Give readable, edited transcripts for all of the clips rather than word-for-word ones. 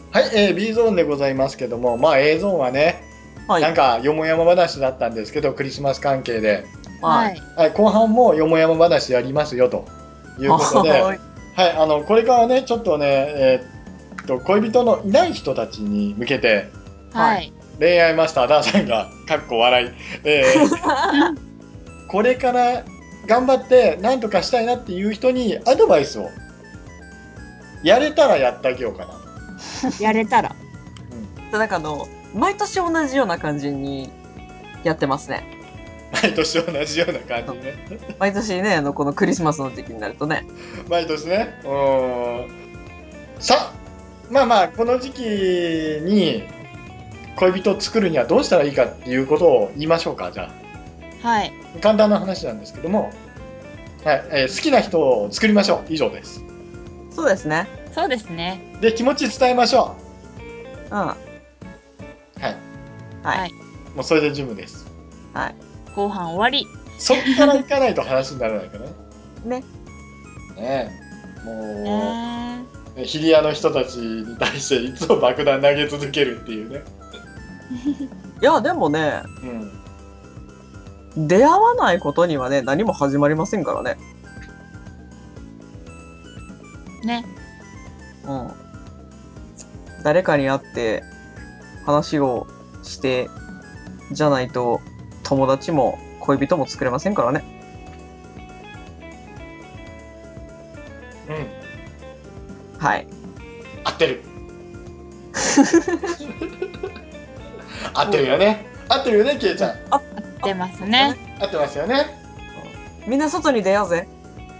はい、B ゾーンでございますけども、まあ A ゾーンはね、 はい。 なんかよもやま話だったんですけど、クリスマス関係で、 はい。 はい。 はい、後半もよもやま話やりますよということで、 はーい。 はい、これからね、ちょっとね、恋人のいない人たちに向けて、 はい。 はい。 恋愛マスターダーさんが、かっこ笑い、これから頑張って何とかしたいなっていう人にアドバイスをやれたらやってあげようかな。 やれたら。 なんか毎年同じような感じにやってますね。 毎年同じような感じね。 毎年ね、このクリスマスの時期になるとね。 毎年ね。さあ、まあまあ、この時期に恋人を作るにはどうしたらいいかっていうことを言いましょうか、じゃはい。 あ。簡単な話なんですけども、はい、好きな人を作りましょう。以上です。 そうですね。 そうですね。 で、気持ち伝えましょうん。はう。はい。 い。 はい。 もうそれで十分です。 はい。 後半終わり。 そっから行かないと話にならないからね。 ね。 ねえ。もねう、ヒリアの人たちに対していつも爆弾投げ続けるっていうね。 いや、でもね、 うん。 出会わないことにはね、何も始まりませんからね。 ね。 うん。誰かに会って話をしてじゃないと友達も恋人も作れませんからね。 うん。 はい。 合ってる。合ってるよね。合ってるよね、ケイちゃん。 あ、 出ますね。 合ってますよね。 みんな外に出ようぜ。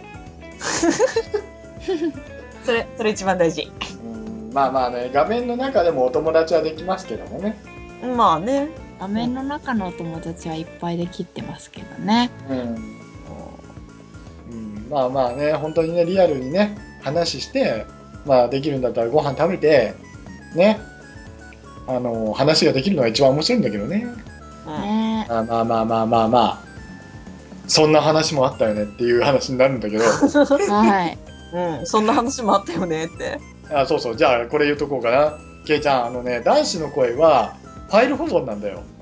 それ一番大事。 まあまあね、画面の中でもお友達はできますけどもね。 まあね。 画面の中のお友達はいっぱいできってますけどね。 うん。まあまあね、本当にね、リアルにね、話して、まあできるんだったらご飯食べて、ね、話ができるのが一番面白いんだけどね。 うん。 ねまあまあまあまあまあまあ、そんな話もあったよねっていう話になるんだけど、 はい。 うん。そんな話もあったよねって。 あ、そうそう、じゃあこれ言っとこうかな。ケイちゃん、男子の声はファイル保存なんだよ。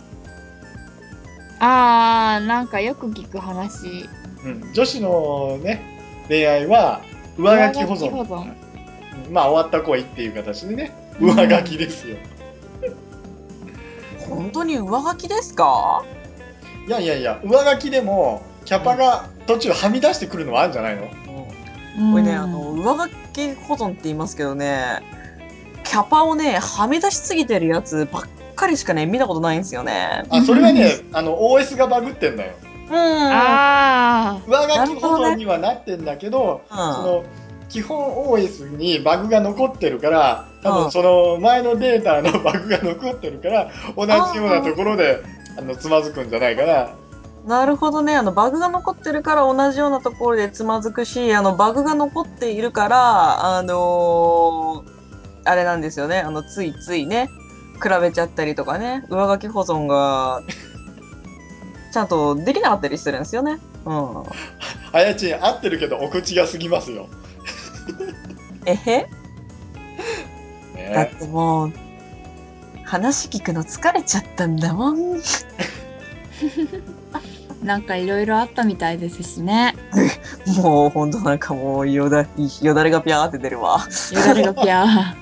なんかよく聞く話。 うん、女子のね、恋愛は上書き保存。 上書き保存。 まあ終わった恋っていう形でね、 うん上書きですよ。 本当に上書きですか？ いやいやいや、上書きでもキャパが途中はみ出してくるのはあるんじゃないの？ これね、 うん。 上書き保存って言いますけどね、キャパをね、はみ出しすぎてるやつばっかりしかね、見たことないんですよね。 あ、それはね、OS がバグってんだよ。 うん。 あ上書なき保存るほどね。 にはなってんだけど、 うん。 その、基本 OS にバグが残ってるから、多うん。 分その前のデータのバグが残ってるから、同じようなところあで、つまずくんじゃないかな。 あ、なるほどね。バグが残ってるから同じようなところでつまずくし、バグが残っているから、あれなんですよね。ついついね、比べちゃったりとかね、上書き保存がちゃんとできなかったりするんですよね。うん。 あやちん、合ってるけど、お口が過ぎますよ。 えへだっね。 てもう、話聞くの疲れちゃったんだもん。 なんかいろいろあったみたいですしね。 もうほんとなんかもうよだれがピャーって出るわ。 よだれがぴゃー。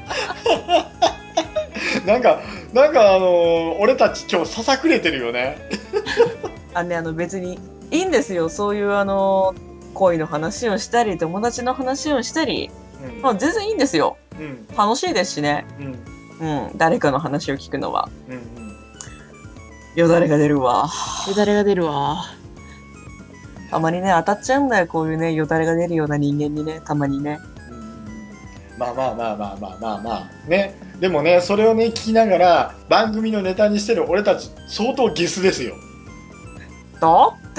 なんか、俺たち今日ささくれてるよね。 別にいいんですよ。そういう恋の話をしたり、友達の話をしたり。 うん。 まあ全然いいんですよ。 うん。 楽しいですしね。 うん。 うん。誰かの話を聞くのは。 うん。うん。 よだれが出るわ。 よだれが出るわ。 たまにね、当たっちゃうんだよ。こういうね、よだれが出るような人間にね、たまにね。 まあまあまあまあまあまあまあ。ね。でもね、それをね、聞きながら番組のネタにしてる俺たち相当ゲスですよ。 だって、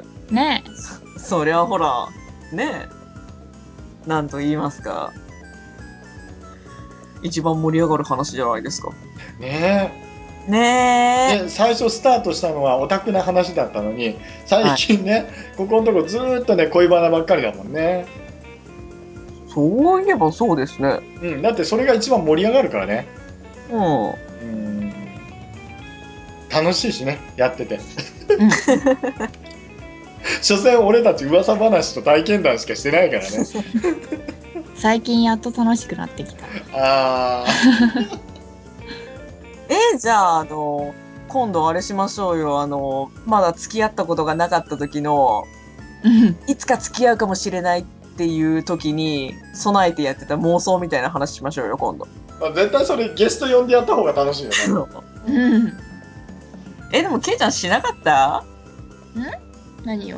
ねそりゃほら、ねえ、なんと言いますか。一番盛り上がる話じゃないですか。 ねえ。 ねえ。 で、最初スタートしたのはオタクな話だったのに、最はい。 近ね、ここのとこずーっとね、恋バナばっかりだもんね。 そういえばそうですね。 うん、だってそれが一番盛り上がるからね。 うん。 楽しいしね、やってて。 うん所詮俺たち噂話と体験談しかしてないからね。 最近やっと楽しくなってきた。 あじゃあ、今度あれしましょうよ。まだ付き合ったことがなかった時の、 うんいつか付き合うかもしれないっていう時に備えてやってた妄想みたいな話しましょうよ、今度。 絶対それゲスト呼んでやった方が楽しいよね。 うんでも、ケイちゃんしなかった？ 何を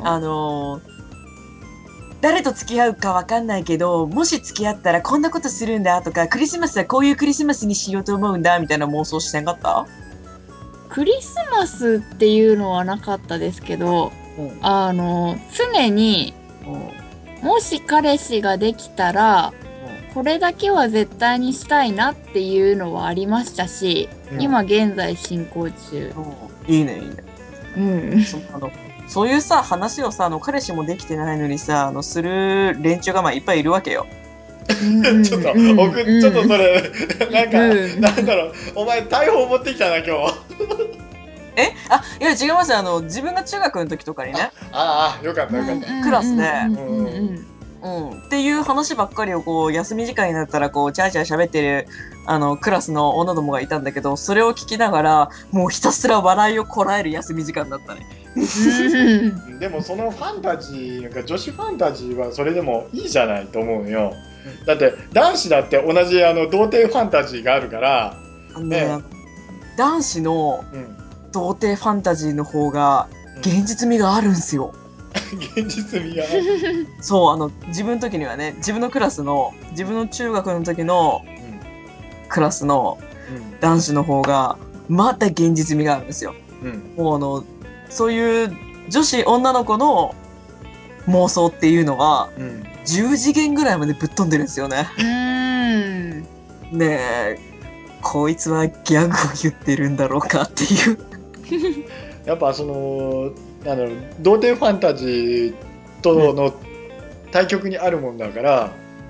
誰と付き合うかわかんないけど、もし付き合ったらこんなことするんだとか、クリスマスはこういうクリスマスにしようと思うんだみたいな妄想してなかった？ クリスマスっていうのはなかったですけど、常にもし彼氏ができたら、これだけは絶対にしたいなっていうのはありましたし、今現在進行中。 いいね、いいね。 うん。 そういうさ、話をさ、彼氏もできてないのにさ、する連中がまあいっぱいいるわけよ。 ちょっと、ちょっとそれ、なんか、なんだろう、お前大砲持ってきたな、今日。 いや、違いますよ。自分が中学の時とかにね、 ああ、よかった、よかった。 クラスで、っていう話ばっかりをこう、休み時間になったらこう、チャーチャー喋ってる、クラスの女どもがいたんだけど、それを聞きながら、もうひたすら笑いをこらえる休み時間だったね。 でもそのファンタジー、女子ファンタジーはそれでもいいじゃないと思うよ。だって男子だって同じ童貞ファンタジーがあるから、 男子の童貞ファンタジーの方が現実味があるんすよ。 現実味がある。 そう、自分の時にはね、自分のクラスの、自分の中学の時のクラスの男子の方が、また現実味があるんですよ。もうそういう女子、女の子の妄想っていうのは、10次元ぐらいまでぶっ飛んでるんですよね。ねえ、こいつはギャグを言ってるんだろうかっていう。 やっぱその、童貞ファンタジーとの対極にあるもんだから、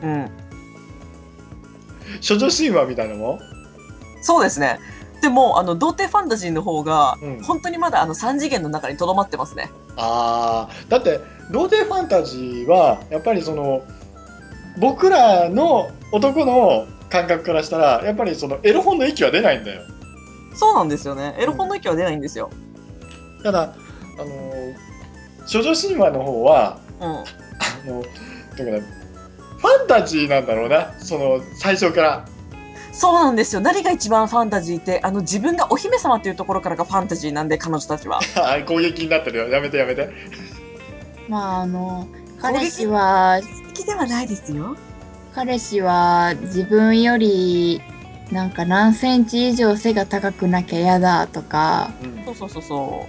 処女神話みたいなもん？ そうですね。でも、童貞ファンタジーの方が、本当にまだ3次元の中に留まってますね。 だって、童貞ファンタジーは、やっぱりその、僕らの男の感覚からしたら、やっぱりそのエロ本の域は出ないんだよ。 そうなんですよね。エロ本の域は出ないんですよ。 ただ、処女神話の方は、だから、ファンタジーなんだろうな、その、最初から。 そうなんですよ。何が一番ファンタジーって、自分がお姫様っていうところからがファンタジーなんで、彼女たちは。 攻撃になってるよ。やめてやめて。 まあ、彼氏は、 好きではないですよ。 彼氏は自分より、なんか何センチ以上背が高くなきゃ嫌だとか。 そう。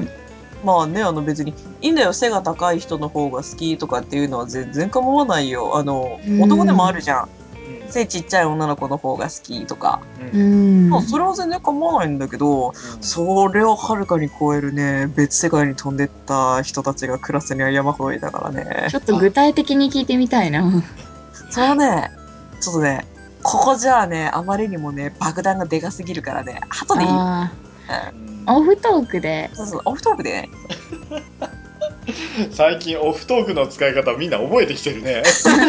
まあね、別に、いいんだよ、背が高い人の方が好きとかっていうのは全然構わないよ。男でもあるじゃん。背ちっちゃい女の子の方が好きとか。まあ、それは全然構わないんだけど、それをはるかに超えるね、別世界に飛んでった人たちがクラスには山ほどいたからね。 ちょっと具体的に聞いてみたいな。 それはね、ちょっとね、ここじゃあね、あまりにもね、爆弾がでかすぎるからね、後でいい。 オフトークで。 そう、オフトークでね。 最近オフトークの使い方をみんな覚えてきてるね。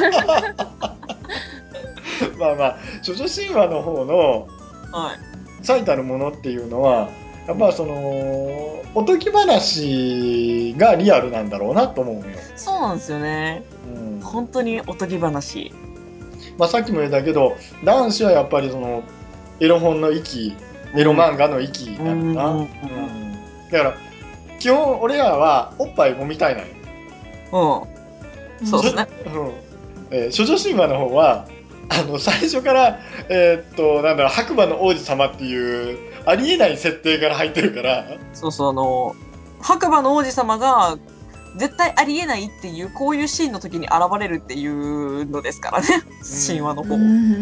まあまあ、処女神話の方の最たるものっていうのは、やっぱその、おとぎ話がリアルなんだろうなと思うのよ。 そうなんですよね。本当におとぎ話。 まあさっきも言ったけど、男子はやっぱりその、エロ本の域、エロ漫画の域なんだな。だから、基本俺らはおっぱい揉みたいなよ。 そうですね。 処女神話の方は、最初から、なんだろう、白馬の王子様っていう、ありえない設定から入ってるから。 白馬の王子様が、絶対ありえないっていう、こういうシーンの時に現れるっていうのですからね。神話の方。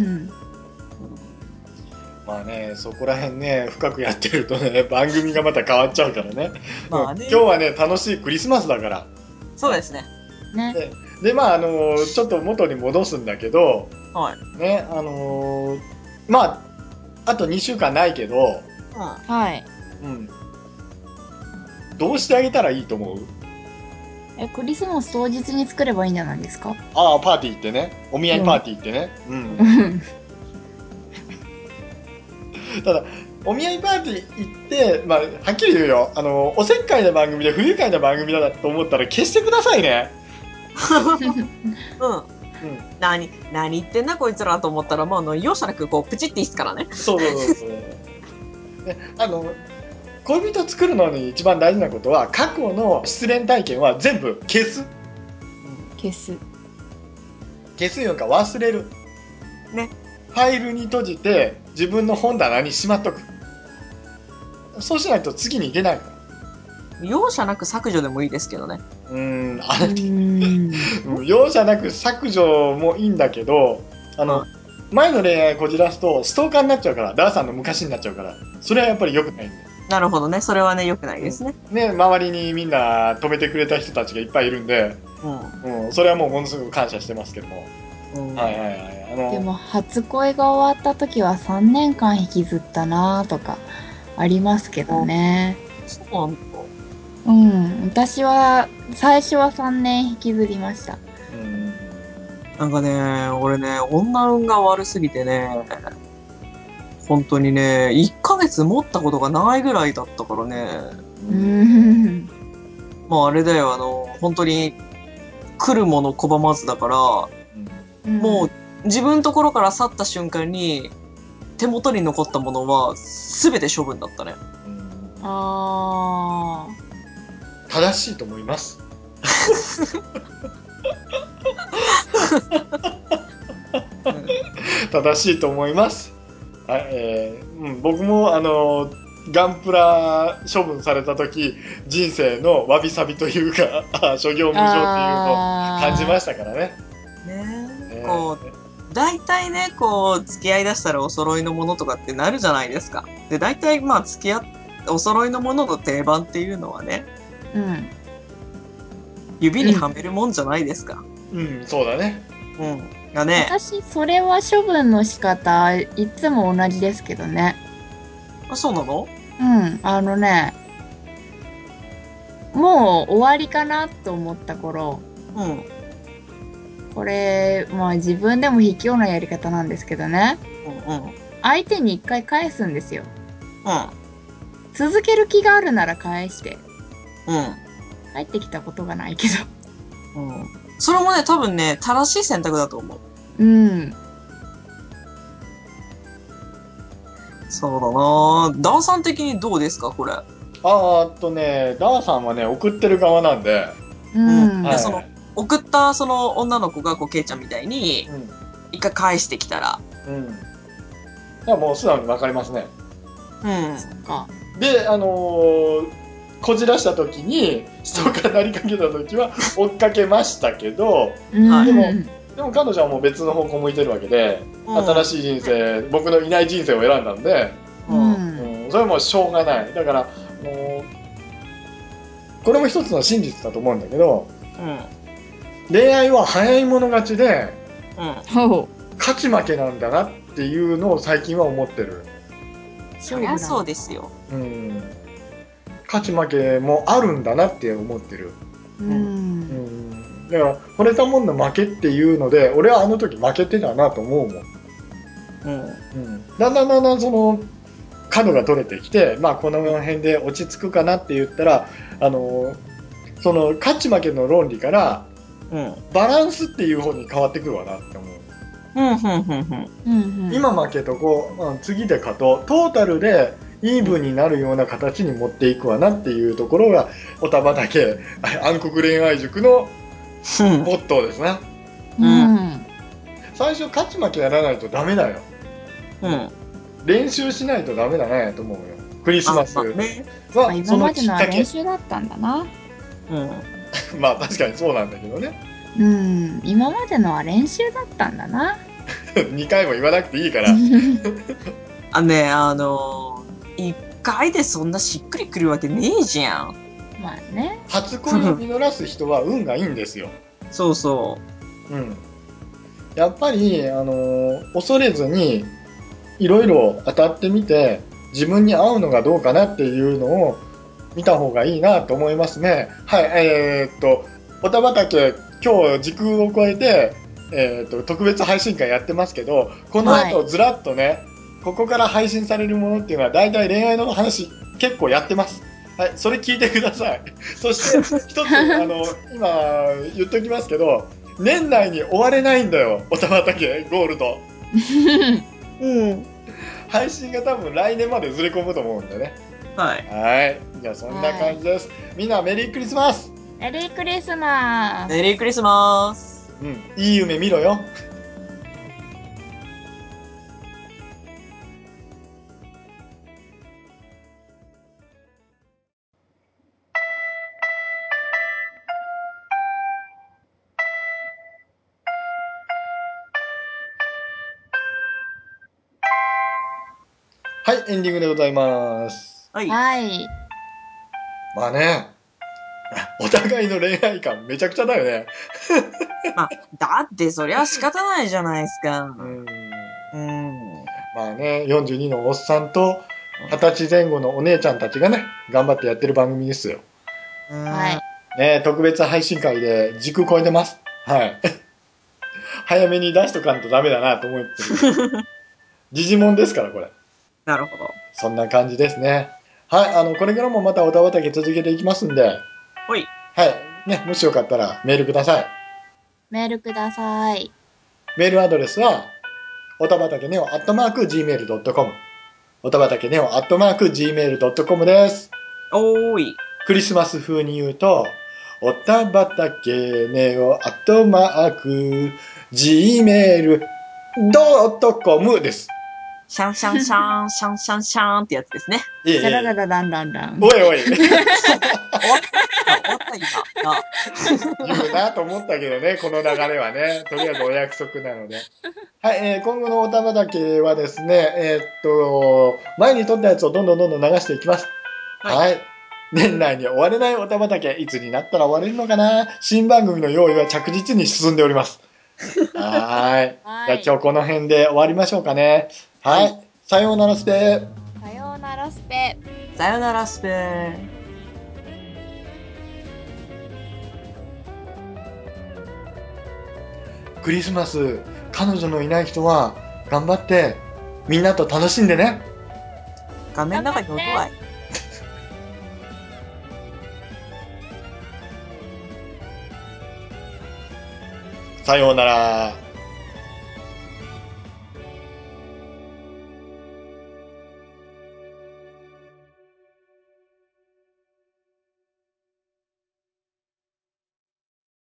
まあね、そこら辺ね、深くやってるとね、番組がまた変わっちゃうからね。まあね、今日はね、楽しいクリスマスだから。 そうですね。 でまあちょっと元に戻すんだけど、 はい。 ねまああと2週間ないけど、 はい。 うん、どうしてあげたらいいと思う？ クリスマス当日に作ればいいんじゃないですか？ ああ、パーティー行ってね、お見合いパーティー行ってね、うん。ただお見合いパーティー行って、まあ、はっきり言うよ、おせっかいな番組で不愉快な番組だと思ったら消してくださいね。 うん。何言ってんなこいつらと思ったら、容赦なくこうプチっていいっすからね。 そうそうそうそう。ね、恋人作るのに一番大事なことは、過去の失恋体験は全部消す。 消す。 消すいうか忘れる。 ね。 ファイルに閉じて自分の本棚にしまっとく。そうしないと次に行けないから。 容赦なく削除でもいいですけどね。 容赦なく削除もいいんだけど、前の恋愛こじらすとストーカーになっちゃうから、ダーさんの昔になっちゃうから、それはやっぱり良くないんだよ。 なるほどね。それはね、良くないですね。 ね、周りにみんな止めてくれた人たちがいっぱいいるんで、それはもうものすごく感謝してますけども。はいはいはい。 でも、初恋が終わった時は3年間引きずったなとか、ありますけどね。 そうなんだ。 私は、最初は3年引きずりました。 なんかね、俺ね、女運が悪すぎてね、本当にね、1ヶ月持ったことがないぐらいだったからね。あれだよ、本当に来るもの拒まずだから、もう自分のところから去った瞬間に、手元に残ったものは全て処分だったね。 正しいと思います。正しいと思います。はい、僕もガンプラ処分された時、人生のわびさびというか諸行無常っていうのを感じましたからね。 こう大体ね、こう付き合いだしたらお揃いのものとかってなるじゃないですか。で、大体付き合っお揃いのものの定番っていうのはね、指にはめるもんじゃないですか。 そうだね。 私、それは処分の仕方、いつも同じですけどね。 あ、そうなの？ もう終わりかなと思った頃、これ、自分でも卑怯なやり方なんですけどね。相手に一回返すんですよ。続ける気があるなら返して。帰ってきたことがないけど。 それもね、多分ね、正しい選択だと思う。そうだなぁ。ダーさん的にどうですか、これ。 ダーさんはね、送ってる側なんで。 その、送ったその女の子が、ケイちゃんみたいに、一回返してきたら。 もう素直に分かりますね。 そっか。 で、こじらした時に、ストーカーになりかけた時は追っかけましたけど、でも彼女はもう別の方向向いてるわけで、新しい人生、僕のいない人生を選んだんで、それはもうしょうがない。だから、これも一つの真実だと思うんだけど、恋愛は早い者勝ちで、勝ち負けなんだなっていうのを最近は思ってる。 そりゃそうですよ。 勝ち負けもあるんだなって思ってる。だから惚れたもんの負けっていうので、俺はあの時負けてたなと思うもん。だんだんその角が取れてきて、この辺で落ち着くかなって言ったら、その勝ち負けの論理から、バランスっていう方に変わってくるわなって思う。今負けとこう、次で勝とう、トータルでイーブンになるような形に持っていくわなっていうところが、おたばだけ暗黒恋愛塾のモットーですね。最初勝ち負けやらないとダメだよ。練習しないとダメだねと思うよ。クリスマスは今までのは練習だったんだな。 確かにそうなんだけどね。 今までのは練習だったんだな。 2回も言わなくていいから。 1回でそんなしっくりくるわけねえじゃん。 初恋を実らす人は運がいいんですよ。 そうそうん。やっぱり、恐れずに、いろいろ当たってみて、自分に合うのがどうかなっていうのを見た方がいいなと思いますね。はい、おたばたけ、今日時空を超えて、特別配信会やってますけど、この後ずらっとね、ここから配信されるものっていうのは大体恋愛の話結構やってます。はい、それ聞いてください。そして一つ今言っときますけど、年内に終われないんだよ、おたばたけゴールド。 う。うん。 配信が多分来年までずれ込むと思うんでね。 はい。 はい。じゃあそんな感じです。みんなメリークリスマス。 メリークリスマス。 メリークリスマス。 うん。いい夢見ろよ。はい、エンディングでございます。 はい。 はい。 まあね、お互いの恋愛観めちゃくちゃだよね。 まあ、だってそりゃ仕方ないじゃないですか。 うん。 うん。 まあね、42のおっさんと20歳前後のお姉ちゃんたちがね、頑張ってやってる番組ですよ。 はい。 ね、特別配信会で時空超えてます。はい。早めに出しとかんとダメだなと思ってる。時事問ですから、これ。 なるほど。 そんな感じですね。はい、これからもまたおたばたけ続けていきますんで、 ほい。 はい。ね、もしよかったらメールください。 メールください。 メールアドレスは、おたばたけネオ@gmail.com。おたばたけネオ@gmail.com です。 おーい。 クリスマス風に言うと、おたばたけネオ@gmail.com です。 シャンシャンシャン、シャンシャンシャンってやつですね。 いえいシャララえ。 ラランランラン。 おいおい。 終わった今。あ、 言うなと思ったけどね、この流れはね。とりあえずお約束なので。はい、今後のおたまだけはですね、前に撮ったやつをどんどん流していきます。 はいはい。年内に終われないおたまだけ、いつになったら終われるのかな。新番組の用意は着実に進んでおります。はい。じゃあ今日この辺で終わりましょうかね。はい。 はいさようならスペ。 さようならスペ。 さよならスペー。 クリスマス、彼女のいない人は頑張ってみんなと楽しんでね。 画面の中に音はい。 さようなら。